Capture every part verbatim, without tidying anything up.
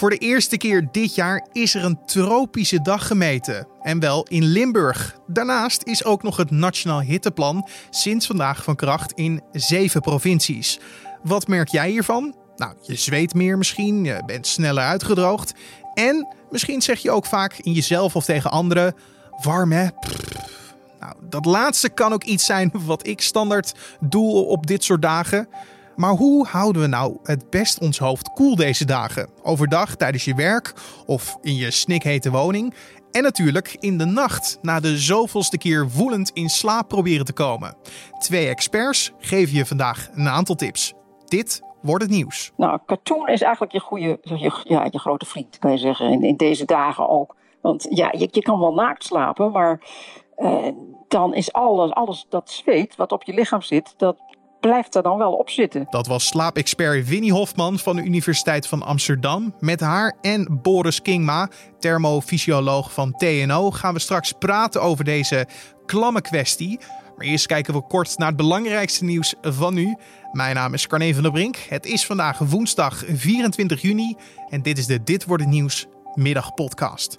Voor de eerste keer dit jaar is er een tropische dag gemeten. En wel in Limburg. Daarnaast is ook nog het Nationaal Hitteplan sinds vandaag van kracht in zeven provincies. Wat merk jij hiervan? Nou, je zweet meer misschien, je bent sneller uitgedroogd. En misschien zeg je ook vaak in jezelf of tegen anderen: warm hè? Pff. Nou, dat laatste kan ook iets zijn wat ik standaard doe op dit soort dagen. Maar hoe houden we nou het best ons hoofd koel deze dagen? Overdag tijdens je werk of in je snikhete woning. En natuurlijk in de nacht, na de zoveelste keer woelend in slaap proberen te komen. Twee experts geven je vandaag een aantal tips. Dit wordt het nieuws. Nou, katoen is eigenlijk je goede, je, ja, je grote vriend, kan je zeggen. In, in deze dagen ook. Want ja, je, je kan wel naakt slapen, maar uh, dan is alles, alles dat zweet wat op je lichaam zit, dat blijft er dan wel op zitten. Dat was slaapexpert Winnie Hofman van de Universiteit van Amsterdam. Met haar en Boris Kingma, thermofysioloog van T N O, gaan we straks praten over deze klamme kwestie. Maar eerst kijken we kort naar het belangrijkste nieuws van nu. Mijn naam is Carne van der Brink. Het is vandaag woensdag vierentwintig juni en dit is de Dit Wordt Het Nieuws middagpodcast.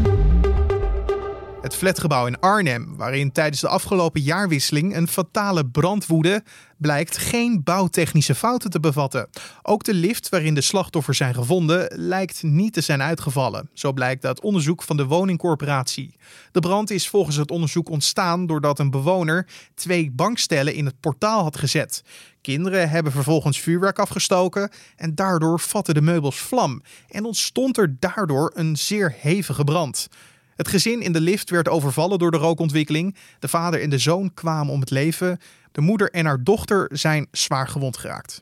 Het flatgebouw in Arnhem, waarin tijdens de afgelopen jaarwisseling een fatale brand woedde, blijkt geen bouwtechnische fouten te bevatten. Ook de lift waarin de slachtoffers zijn gevonden lijkt niet te zijn uitgevallen. Zo blijkt uit onderzoek van de woningcorporatie. De brand is volgens het onderzoek ontstaan doordat een bewoner twee bankstellen in het portaal had gezet. Kinderen hebben vervolgens vuurwerk afgestoken en daardoor vatten de meubels vlam. En ontstond er daardoor een zeer hevige brand. Het gezin in de lift werd overvallen door de rookontwikkeling. De vader en de zoon kwamen om het leven. De moeder en haar dochter zijn zwaar gewond geraakt.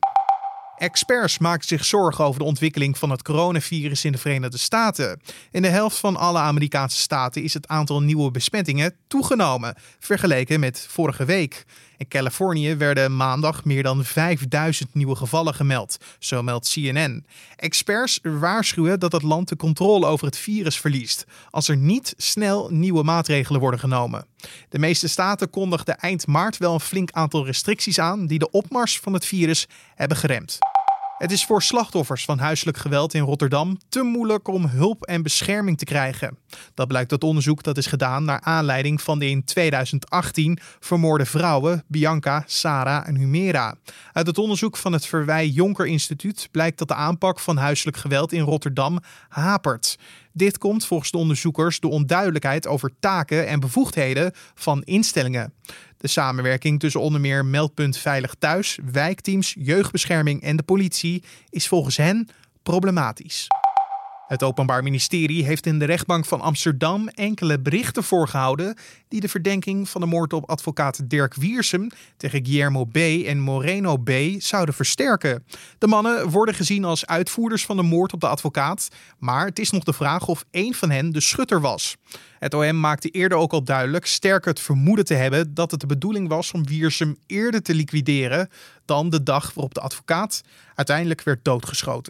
Experts maken zich zorgen over de ontwikkeling van het coronavirus in de Verenigde Staten. In de helft van alle Amerikaanse staten is het aantal nieuwe besmettingen toegenomen, vergeleken met vorige week. In Californië werden maandag meer dan vijfduizend nieuwe gevallen gemeld, zo meldt C N N. Experts waarschuwen dat het land de controle over het virus verliest als er niet snel nieuwe maatregelen worden genomen. De meeste staten kondigden eind maart wel een flink aantal restricties aan die de opmars van het virus hebben geremd. Het is voor slachtoffers van huiselijk geweld in Rotterdam te moeilijk om hulp en bescherming te krijgen. Dat blijkt uit onderzoek dat is gedaan naar aanleiding van de in tweeduizend achttien vermoorde vrouwen Bianca, Sarah en Humera. Uit het onderzoek van het Verwij Jonker Instituut blijkt dat de aanpak van huiselijk geweld in Rotterdam hapert. Dit komt volgens de onderzoekers door onduidelijkheid over taken en bevoegdheden van instellingen. De samenwerking tussen onder meer Meldpunt Veilig Thuis, wijkteams, jeugdbescherming en de politie is volgens hen problematisch. Het Openbaar Ministerie heeft in de rechtbank van Amsterdam enkele berichten voorgehouden die de verdenking van de moord op advocaat Dirk Wiersum tegen Guillermo B. en Moreno B. zouden versterken. De mannen worden gezien als uitvoerders van de moord op de advocaat, maar het is nog de vraag of één van hen de schutter was. Het O M maakte eerder ook al duidelijk sterk het vermoeden te hebben dat het de bedoeling was om Wiersum eerder te liquideren dan de dag waarop de advocaat uiteindelijk werd doodgeschoten.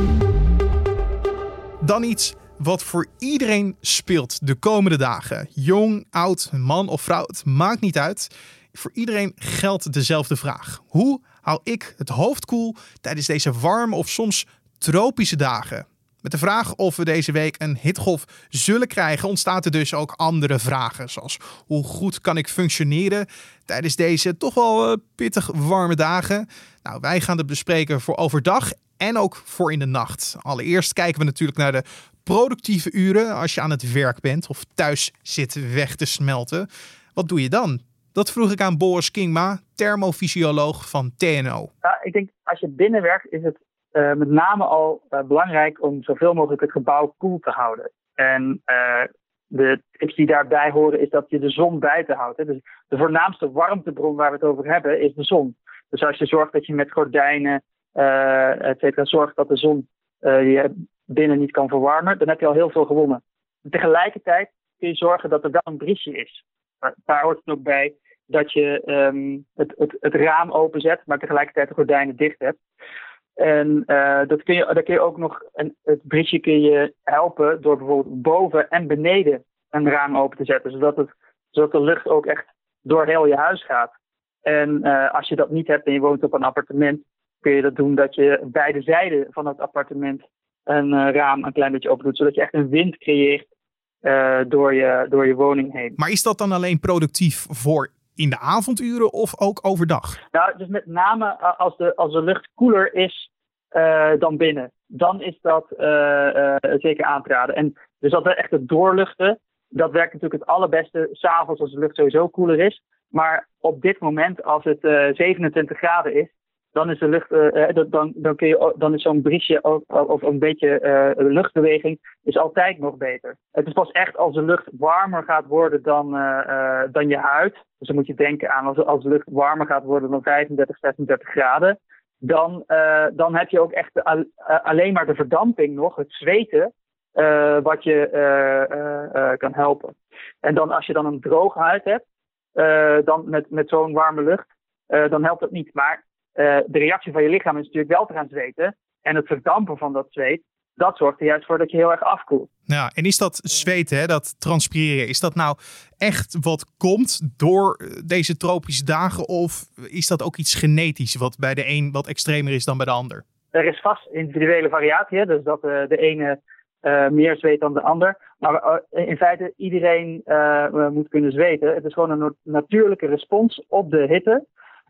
Dan iets wat voor iedereen speelt de komende dagen. Jong, oud, man of vrouw, het maakt niet uit. Voor iedereen geldt dezelfde vraag. Hoe hou ik het hoofd koel tijdens deze warme of soms tropische dagen? Met de vraag of we deze week een hittegolf zullen krijgen, ontstaat er dus ook andere vragen. Zoals hoe goed kan ik functioneren tijdens deze toch wel uh, pittig warme dagen? Nou, wij gaan het bespreken voor overdag en ook voor in de nacht. Allereerst kijken we natuurlijk naar de productieve uren als je aan het werk bent of thuis zit weg te smelten. Wat doe je dan? Dat vroeg ik aan Boris Kingma, thermofysioloog van T N O. Ja, ik denk als je binnen werkt is het uh, met name al uh, belangrijk om zoveel mogelijk het gebouw koel te houden. En uh, de tips die daarbij horen is dat je de zon buiten houdt. Hè. Dus de voornaamste warmtebron waar we het over hebben is de zon. Dus als je zorgt dat je met gordijnen, uh, et cetera, zorgt dat de zon uh, je binnen niet kan verwarmen, dan heb je al heel veel gewonnen. En tegelijkertijd kun je zorgen dat er wel een briesje is. Maar daar hoort het ook bij dat je um, het, het, het raam openzet, maar tegelijkertijd de gordijnen dicht hebt. En uh, dat kun je, daar kun je ook nog, een, het briesje kun je helpen door bijvoorbeeld boven en beneden een raam open te zetten. Zodat, het, zodat de lucht ook echt door heel je huis gaat. En uh, als je dat niet hebt en je woont op een appartement, kun je dat doen dat je beide zijden van het appartement een uh, raam een klein beetje open doet, zodat je echt een wind creëert uh, door, je, door je woning heen. Maar is dat dan alleen productief voor in de avonduren of ook overdag? Nou, dus met name als de, als de lucht koeler is uh, dan binnen, dan is dat uh, uh, zeker aan te raden. En dus dat echt het doorluchten, dat werkt natuurlijk het allerbeste 's avonds als de lucht sowieso koeler is. Maar op dit moment, als het uh, zevenentwintig graden is, dan is de lucht, uh, dan, dan, kun je, dan is zo'n briesje of, of een beetje uh, luchtbeweging is altijd nog beter. Het is pas echt als de lucht warmer gaat worden dan, uh, uh, dan je huid. Dus dan moet je denken aan als, als de lucht warmer gaat worden dan vijfendertig, zesendertig graden. Dan, uh, dan heb je ook echt al, uh, alleen maar de verdamping nog, het zweten, uh, wat je uh, uh, uh, kan helpen. En dan als je dan een droge huid hebt, uh, dan met, met zo'n warme lucht, uh, dan helpt dat niet. Maar Uh, de reactie van je lichaam is natuurlijk wel te gaan zweten. En het verdampen van dat zweet, dat zorgt er juist voor dat je heel erg afkoelt. Ja, en is dat zweten, hè, dat transpireren, is dat nou echt wat komt door deze tropische dagen? Of is dat ook iets genetisch wat bij de een wat extremer is dan bij de ander? Er is vast individuele variatie, hè, dus dat uh, de ene uh, meer zweet dan de ander. Maar uh, in feite iedereen uh, moet kunnen zweten. Het is gewoon een natuurlijke respons op de hitte.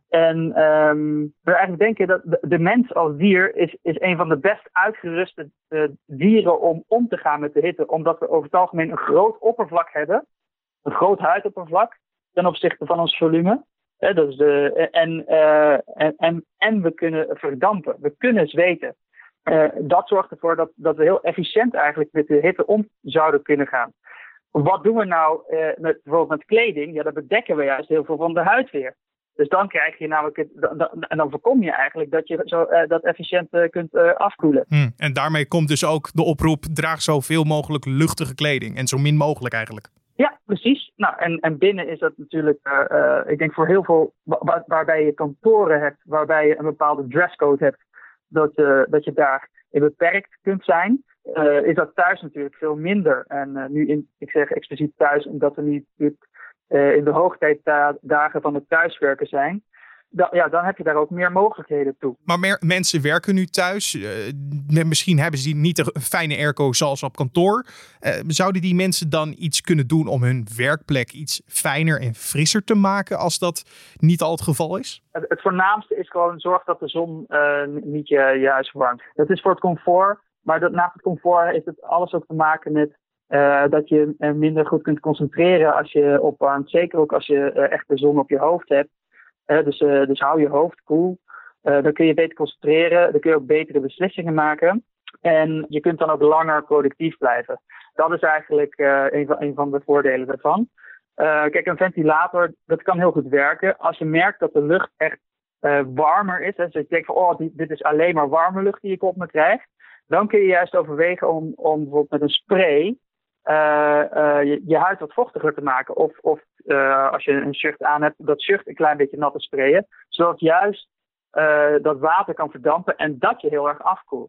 En um, we eigenlijk denken dat de, de mens als dier is, is een van de best uitgeruste uh, dieren om om te gaan met de hitte. Omdat we over het algemeen een groot oppervlak hebben. Een groot huidoppervlak ten opzichte van ons volume. He, dat is de, en, uh, en, en, en we kunnen verdampen. We kunnen zweten. Uh, dat zorgt ervoor dat, dat we heel efficiënt eigenlijk met de hitte om zouden kunnen gaan. Wat doen we nou uh, met, bijvoorbeeld met kleding? Ja, dan bedekken we juist heel veel van de huid weer. Dus dan krijg je namelijk het, en dan voorkom je eigenlijk dat je zo, uh, dat efficiënt uh, kunt uh, afkoelen. Hmm. En daarmee komt dus ook de oproep: draag zoveel mogelijk luchtige kleding en zo min mogelijk eigenlijk. Ja, precies. Nou, en, en binnen is dat natuurlijk, uh, uh, ik denk voor heel veel, waar, waarbij je kantoren hebt, waarbij je een bepaalde dresscode hebt, dat, uh, dat je daar beperkt kunt zijn. Uh, is dat thuis natuurlijk veel minder. En uh, nu, in, ik zeg expliciet thuis, omdat we nu natuurlijk Uh, in de hoogtijdagen van het thuiswerken zijn, da- ja, dan heb je daar ook meer mogelijkheden toe. Maar meer mensen werken nu thuis. Uh, misschien hebben ze niet een fijne airco zoals op kantoor. Uh, zouden die mensen dan iets kunnen doen om hun werkplek iets fijner en frisser te maken als dat niet al het geval is? Het, het voornaamste is gewoon zorg dat de zon uh, niet je, je huis verwarmt. Dat is voor het comfort, maar dat, naast het comfort heeft het alles ook te maken met Uh, dat je uh, minder goed kunt concentreren als je opwarmt. Zeker ook als je uh, echt de zon op je hoofd hebt. Uh, dus, uh, dus hou je hoofd koel. Uh, dan kun je beter concentreren. Dan kun je ook betere beslissingen maken. En je kunt dan ook langer productief blijven. Dat is eigenlijk uh, een, van, een van de voordelen daarvan. Uh, kijk, een ventilator, dat kan heel goed werken. Als je merkt dat de lucht echt uh, warmer is. Hè, dus je denkt van, oh, dit, dit is alleen maar warme lucht die ik op me krijg. Dan kun je juist overwegen om, om bijvoorbeeld met een spray Uh, uh, je, je huid wat vochtiger te maken. Of, of uh, als je een shirt aan hebt, dat shirt een klein beetje nat te sprayen. Zodat juist uh, dat water kan verdampen en dat je heel erg afkoelt.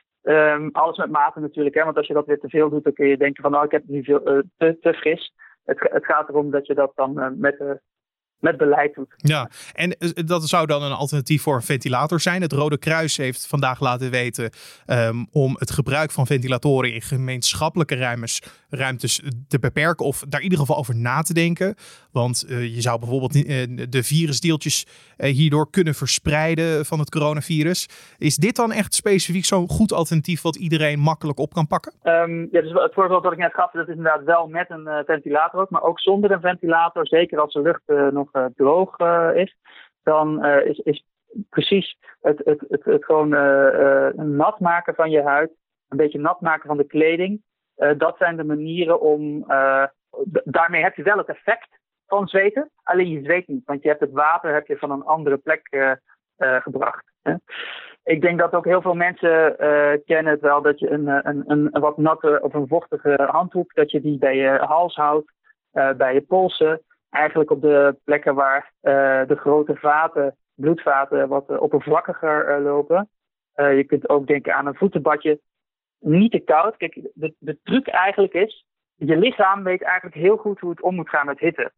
Um, alles met mate natuurlijk, hè, want als je dat weer te veel doet, dan kun je denken van, nou, ik heb het nu veel, uh, te, te fris. Het, het gaat erom dat je dat dan uh, met de Met beleid doet. Ja, en dat zou dan een alternatief voor een ventilator zijn. Het Rode Kruis heeft vandaag laten weten um, om het gebruik van ventilatoren in gemeenschappelijke ruimtes, ruimtes te beperken of daar in ieder geval over na te denken. Want uh, je zou bijvoorbeeld uh, de virusdeeltjes uh, hierdoor kunnen verspreiden van het coronavirus. Is dit dan echt specifiek zo'n goed alternatief wat iedereen makkelijk op kan pakken? Um, ja, dus het voorbeeld dat ik net gaf, dat is inderdaad wel met een uh, ventilator ook, maar ook zonder een ventilator, zeker als de lucht uh, nog uh, droog uh, is, dan uh, is, is precies het, het, het, het gewoon uh, uh, nat maken van je huid, een beetje nat maken van de kleding. Uh, dat zijn de manieren om, uh, d- daarmee heb je wel het effect van zweten, alleen je zweet niet, want je hebt het water heb je van een andere plek uh, uh, gebracht. Hè? Ik denk dat ook heel veel mensen uh, kennen het wel, dat je een, een, een, een wat natte of een vochtige handdoek, dat je die bij je hals houdt, uh, bij je polsen. Eigenlijk op de plekken waar uh, de grote vaten, bloedvaten, wat uh, oppervlakkiger uh, lopen. Uh, je kunt ook denken aan een voetenbadje. Niet te koud. Kijk, de, de truc eigenlijk is, je lichaam weet eigenlijk heel goed hoe het om moet gaan met hitte.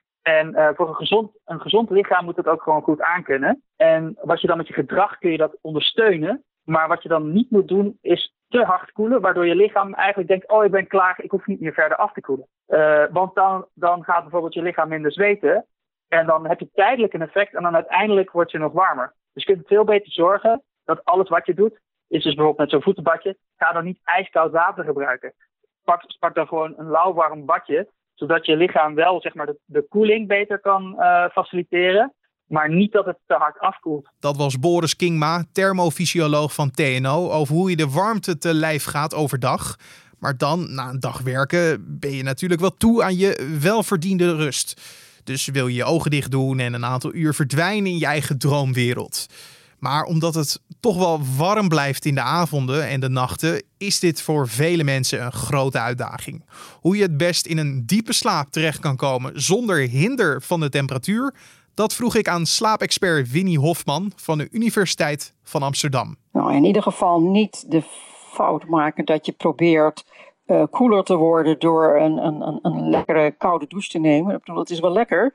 En uh, voor een gezond, een gezond lichaam moet het ook gewoon goed aankunnen. En wat je dan met je gedrag kun je dat ondersteunen Maar wat je dan niet moet doen is te hard koelen, waardoor je lichaam eigenlijk denkt, oh ik ben klaar, ik hoef niet meer verder af te koelen. Uh, want dan, dan gaat bijvoorbeeld je lichaam minder zweten en dan heb je tijdelijk een effect en dan uiteindelijk word je nog warmer. Dus je kunt veel beter zorgen dat alles wat je doet, is dus bijvoorbeeld met zo'n voetenbadje, ga dan niet ijskoud water gebruiken. Pak, pak dan gewoon een lauwwarm badje, zodat je lichaam wel zeg maar de, de koeling beter kan uh, faciliteren, maar niet dat het te hard afkoelt. Dat was Boris Kingma, thermofysioloog van T N O, over hoe je de warmte te lijf gaat overdag. Maar dan, na een dag werken, ben je natuurlijk wel toe aan je welverdiende rust. Dus wil je je ogen dicht doen en een aantal uur verdwijnen in je eigen droomwereld. Maar omdat het toch wel warm blijft in de avonden en de nachten, is dit voor vele mensen een grote uitdaging. Hoe je het best in een diepe slaap terecht kan komen zonder hinder van de temperatuur, dat vroeg ik aan slaapexpert Winnie Hofman van de Universiteit van Amsterdam. Nou, in ieder geval niet de fout maken dat je probeert uh, koeler te worden door een, een, een, een lekkere koude douche te nemen. Ik bedoel, het is wel lekker,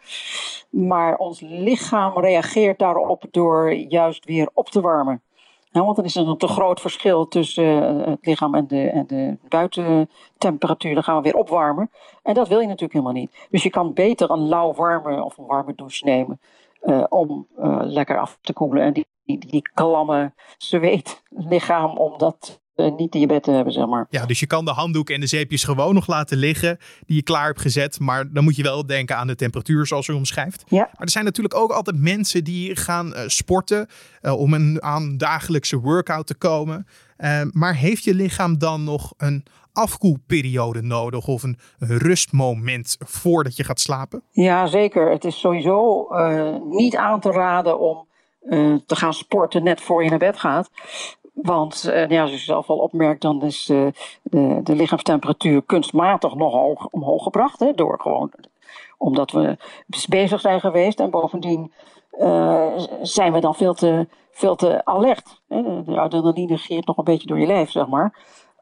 maar ons lichaam reageert daarop door juist weer op te warmen. Ja, want dan is er een te groot verschil tussen uh, het lichaam en de, en de buitentemperatuur. Dan gaan we weer opwarmen. En dat wil je natuurlijk helemaal niet. Dus je kan beter een lauwwarme of een warme douche nemen uh, om uh, lekker af te koelen. En die, die, die klamme zweetlichaam om dat uh, niet in je bed te hebben, zeg maar. Ja, dus je kan de handdoek en de zeepjes gewoon nog laten liggen die je klaar hebt gezet. Maar dan moet je wel denken aan de temperatuur zoals u omschrijft. Ja. Maar er zijn natuurlijk ook altijd mensen die gaan uh, sporten uh, om een, aan dagelijkse workout te komen. Uh, maar heeft je lichaam dan nog een afkoelperiode nodig of een rustmoment voordat je gaat slapen? Ja, zeker. Het is sowieso uh, niet aan te raden om uh, te gaan sporten net voor je naar bed gaat. Want uh, ja, zoals je zelf al opmerkt, dan is uh, de, de lichaamstemperatuur kunstmatig nog hoog, omhoog gebracht. Hè, door gewoon, omdat we bezig zijn geweest. En bovendien uh, zijn we dan veel te, veel te alert. Hè. De adrenaline geert nog een beetje door je lijf, zeg maar.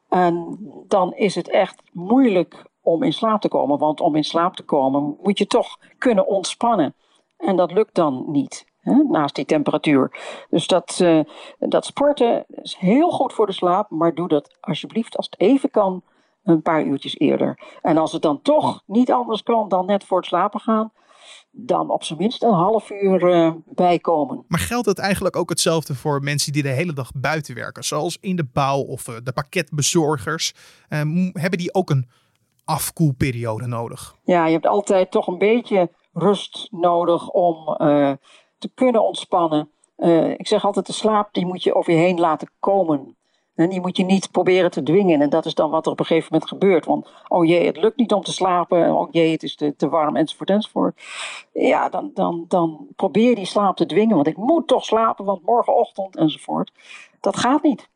En dan is het echt moeilijk om in slaap te komen. Want om in slaap te komen moet je toch kunnen ontspannen. En dat lukt dan niet. Hè, naast die temperatuur. Dus dat, uh, dat sporten is heel goed voor de slaap. Maar doe dat alsjeblieft als het even kan een paar uurtjes eerder. En als het dan toch niet anders kan dan net voor het slapen gaan, dan op zijn minst een half uur uh, bijkomen. Maar geldt het eigenlijk ook hetzelfde voor mensen die de hele dag buiten werken? Zoals in de bouw of uh, de pakketbezorgers. Um, hebben die ook een afkoelperiode nodig? Ja, je hebt altijd toch een beetje rust nodig om uh, te kunnen ontspannen. Uh, ik zeg altijd, de slaap die moet je over je heen laten komen. En die moet je niet proberen te dwingen. En dat is dan wat er op een gegeven moment gebeurt. Want, oh jee, het lukt niet om te slapen. Oh jee, het is te, te warm, enzovoort, enzovoort. Ja, dan, dan, dan probeer je die slaap te dwingen. Want ik moet toch slapen, want morgenochtend, enzovoort. Dat gaat niet.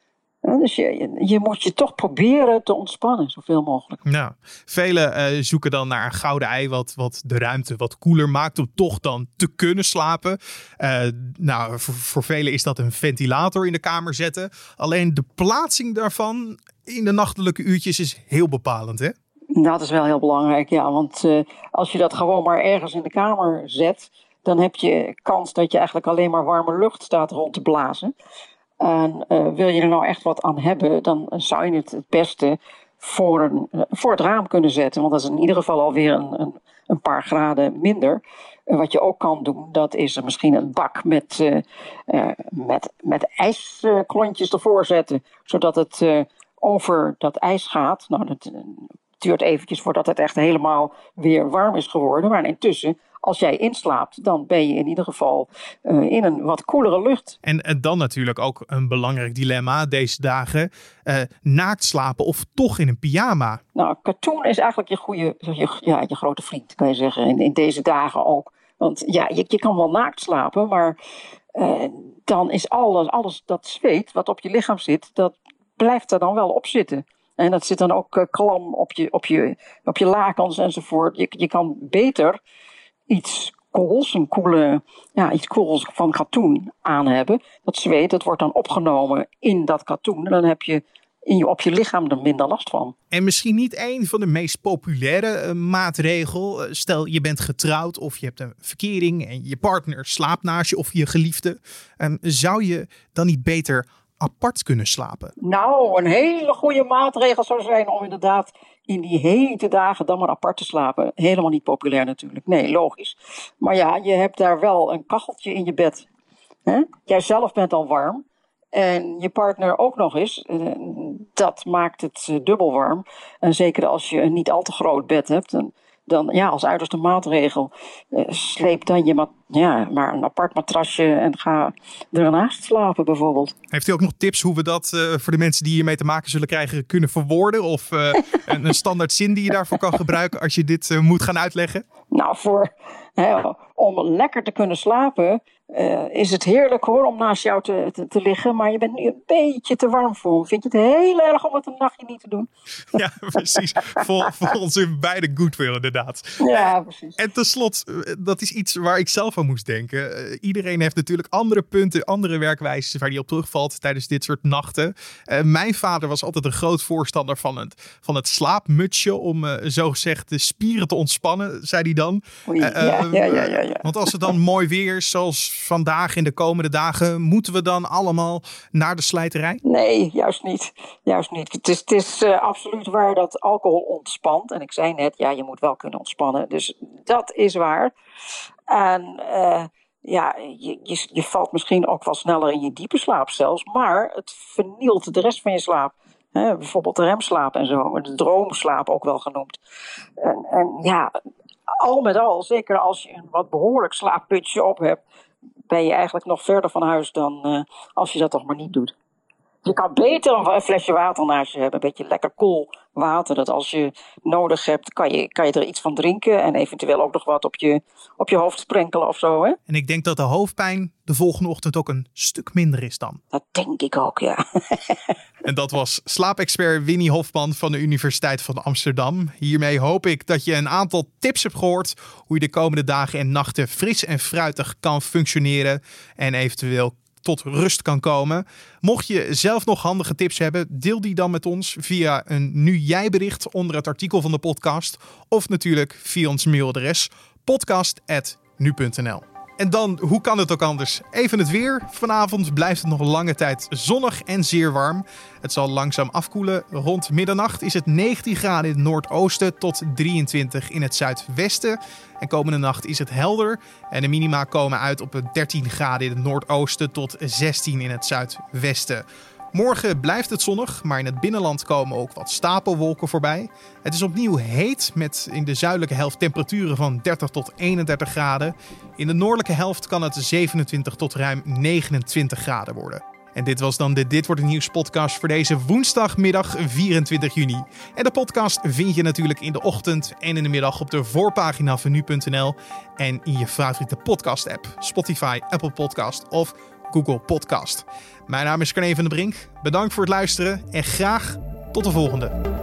Ja, dus je, je moet je toch proberen te ontspannen, zoveel mogelijk. Nou, velen uh, zoeken dan naar een gouden ei wat, wat de ruimte wat koeler maakt om toch dan te kunnen slapen. Uh, nou, voor, voor velen is dat een ventilator in de kamer zetten. Alleen de plaatsing daarvan in de nachtelijke uurtjes is heel bepalend, hè? Dat is wel heel belangrijk, ja. Want uh, als je dat gewoon maar ergens in de kamer zet, dan heb je kans dat je eigenlijk alleen maar warme lucht staat rond te blazen. En uh, wil je er nou echt wat aan hebben, dan zou je het het beste voor, een, uh, voor het raam kunnen zetten. Want dat is in ieder geval alweer een, een, een paar graden minder. Uh, wat je ook kan doen, dat is er misschien een bak met, uh, uh, met, met ijsklontjes ervoor zetten. Zodat het uh, over dat ijs gaat. Nou, dat uh, duurt eventjes voordat het echt helemaal weer warm is geworden. Maar intussen, als jij inslaapt, dan ben je in ieder geval uh, in een wat koelere lucht. En, en dan natuurlijk ook een belangrijk dilemma deze dagen. Uh, naakt slapen of toch in een pyjama? Nou, katoen is eigenlijk je goede, je, ja, je grote vriend, kan je zeggen. In, in deze dagen ook. Want ja, je, je kan wel naakt slapen, maar uh, dan is alles, alles dat zweet wat op je lichaam zit, dat blijft er dan wel op zitten. En dat zit dan ook uh, klam op je, op, je, op je lakens enzovoort. Je, je kan beter iets kools, een koele, ja, iets kools van katoen aan hebben. Dat zweet, dat wordt dan opgenomen in dat katoen. En dan heb je, in je op je lichaam er minder last van. En misschien niet een van de meest populaire uh, maatregel. Uh, stel, je bent getrouwd of je hebt een verkering en je partner slaapt naast je of je geliefde. Um, zou je dan niet beter apart kunnen slapen? Nou, een hele goede maatregel zou zijn om inderdaad in die hete dagen dan maar apart te slapen. Helemaal niet populair natuurlijk. Nee, logisch. Maar ja, je hebt daar wel een kacheltje in je bed. Hè? Jij zelf bent al warm. En je partner ook nog eens. Dat maakt het dubbel warm. En zeker als je een niet al te groot bed hebt. Dan, dan ja, als uiterste maatregel. Sleep dan je mat, ja, maar een apart matrasje en ga ernaast slapen bijvoorbeeld. Heeft u ook nog tips hoe we dat uh, voor de mensen die hiermee te maken zullen krijgen kunnen verwoorden? Of uh, een, een standaard zin die je daarvoor kan gebruiken als je dit uh, moet gaan uitleggen? Nou, voor, hè, om lekker te kunnen slapen uh, is het heerlijk hoor om naast jou te, te, te liggen. Maar je bent nu een beetje te warm voor. Vind je het heel erg om het een nachtje niet te doen? Ja, precies. Voor, voor ons beide goodwill inderdaad. Ja, precies. En tenslotte, dat is iets waar ik zelf aan moest denken. Uh, iedereen heeft natuurlijk andere punten, andere werkwijzes waar hij op terugvalt tijdens dit soort nachten. Uh, mijn vader was altijd een groot voorstander van het, van het slaapmutsje om uh, zogezegd de spieren te ontspannen, zei hij dan. Oei, uh, ja, ja, ja, ja, ja. Want als het dan mooi weer is, zoals vandaag in de komende dagen, moeten we dan allemaal naar de slijterij? Nee, juist niet. Juist niet. Het is, het is uh, absoluut waar dat alcohol ontspant. En ik zei net, ja, je moet wel kunnen ontspannen. Dus dat is waar. En uh, ja, je, je, je valt misschien ook wel sneller in je diepe slaap zelfs. Maar het vernielt de rest van je slaap. He, bijvoorbeeld de remslaap en zo. De droomslaap ook wel genoemd. En, en ja, al met al, zeker als je een wat behoorlijk slaapputje op hebt, ben je eigenlijk nog verder van huis dan uh, als je dat toch maar niet doet. Je kan beter een flesje water naast je hebben. Een beetje lekker koel water. Dat als je nodig hebt, kan je, kan je er iets van drinken. En eventueel ook nog wat op je, op je hoofd sprenkelen of zo. Hè? En ik denk dat de hoofdpijn de volgende ochtend ook een stuk minder is dan. Dat denk ik ook, ja. En dat was slaapexpert Winnie Hofman van de Universiteit van Amsterdam. Hiermee hoop ik dat je een aantal tips hebt gehoord hoe je de komende dagen en nachten fris en fruitig kan functioneren. En eventueel tot rust kan komen. Mocht je zelf nog handige tips hebben, deel die dan met ons via een Nu Jij bericht onder het artikel van de podcast. Of natuurlijk via ons mailadres podcast apenstaartje nu punt n l. En dan, hoe kan het ook anders? Even het weer. Vanavond blijft het nog lange tijd zonnig en zeer warm. Het zal langzaam afkoelen. Rond middernacht is het negentien graden in het noordoosten tot drieëntwintig in het zuidwesten. En komende nacht is het helder. En de minima komen uit op dertien graden in het noordoosten tot zestien in het zuidwesten. Morgen blijft het zonnig, maar in het binnenland komen ook wat stapelwolken voorbij. Het is opnieuw heet met in de zuidelijke helft temperaturen van dertig tot eenendertig graden. In de noordelijke helft kan het zevenentwintig tot ruim negenentwintig graden worden. En dit was dan de Dit Wordt Het Nieuws podcast voor deze woensdagmiddag vierentwintig juni. En de podcast vind je natuurlijk in de ochtend en in de middag op de voorpagina van nu punt n l en in je favoriete podcast app. Spotify, Apple Podcast of Google Podcast. Mijn naam is Carne van der Brink. Bedankt voor het luisteren en graag tot de volgende.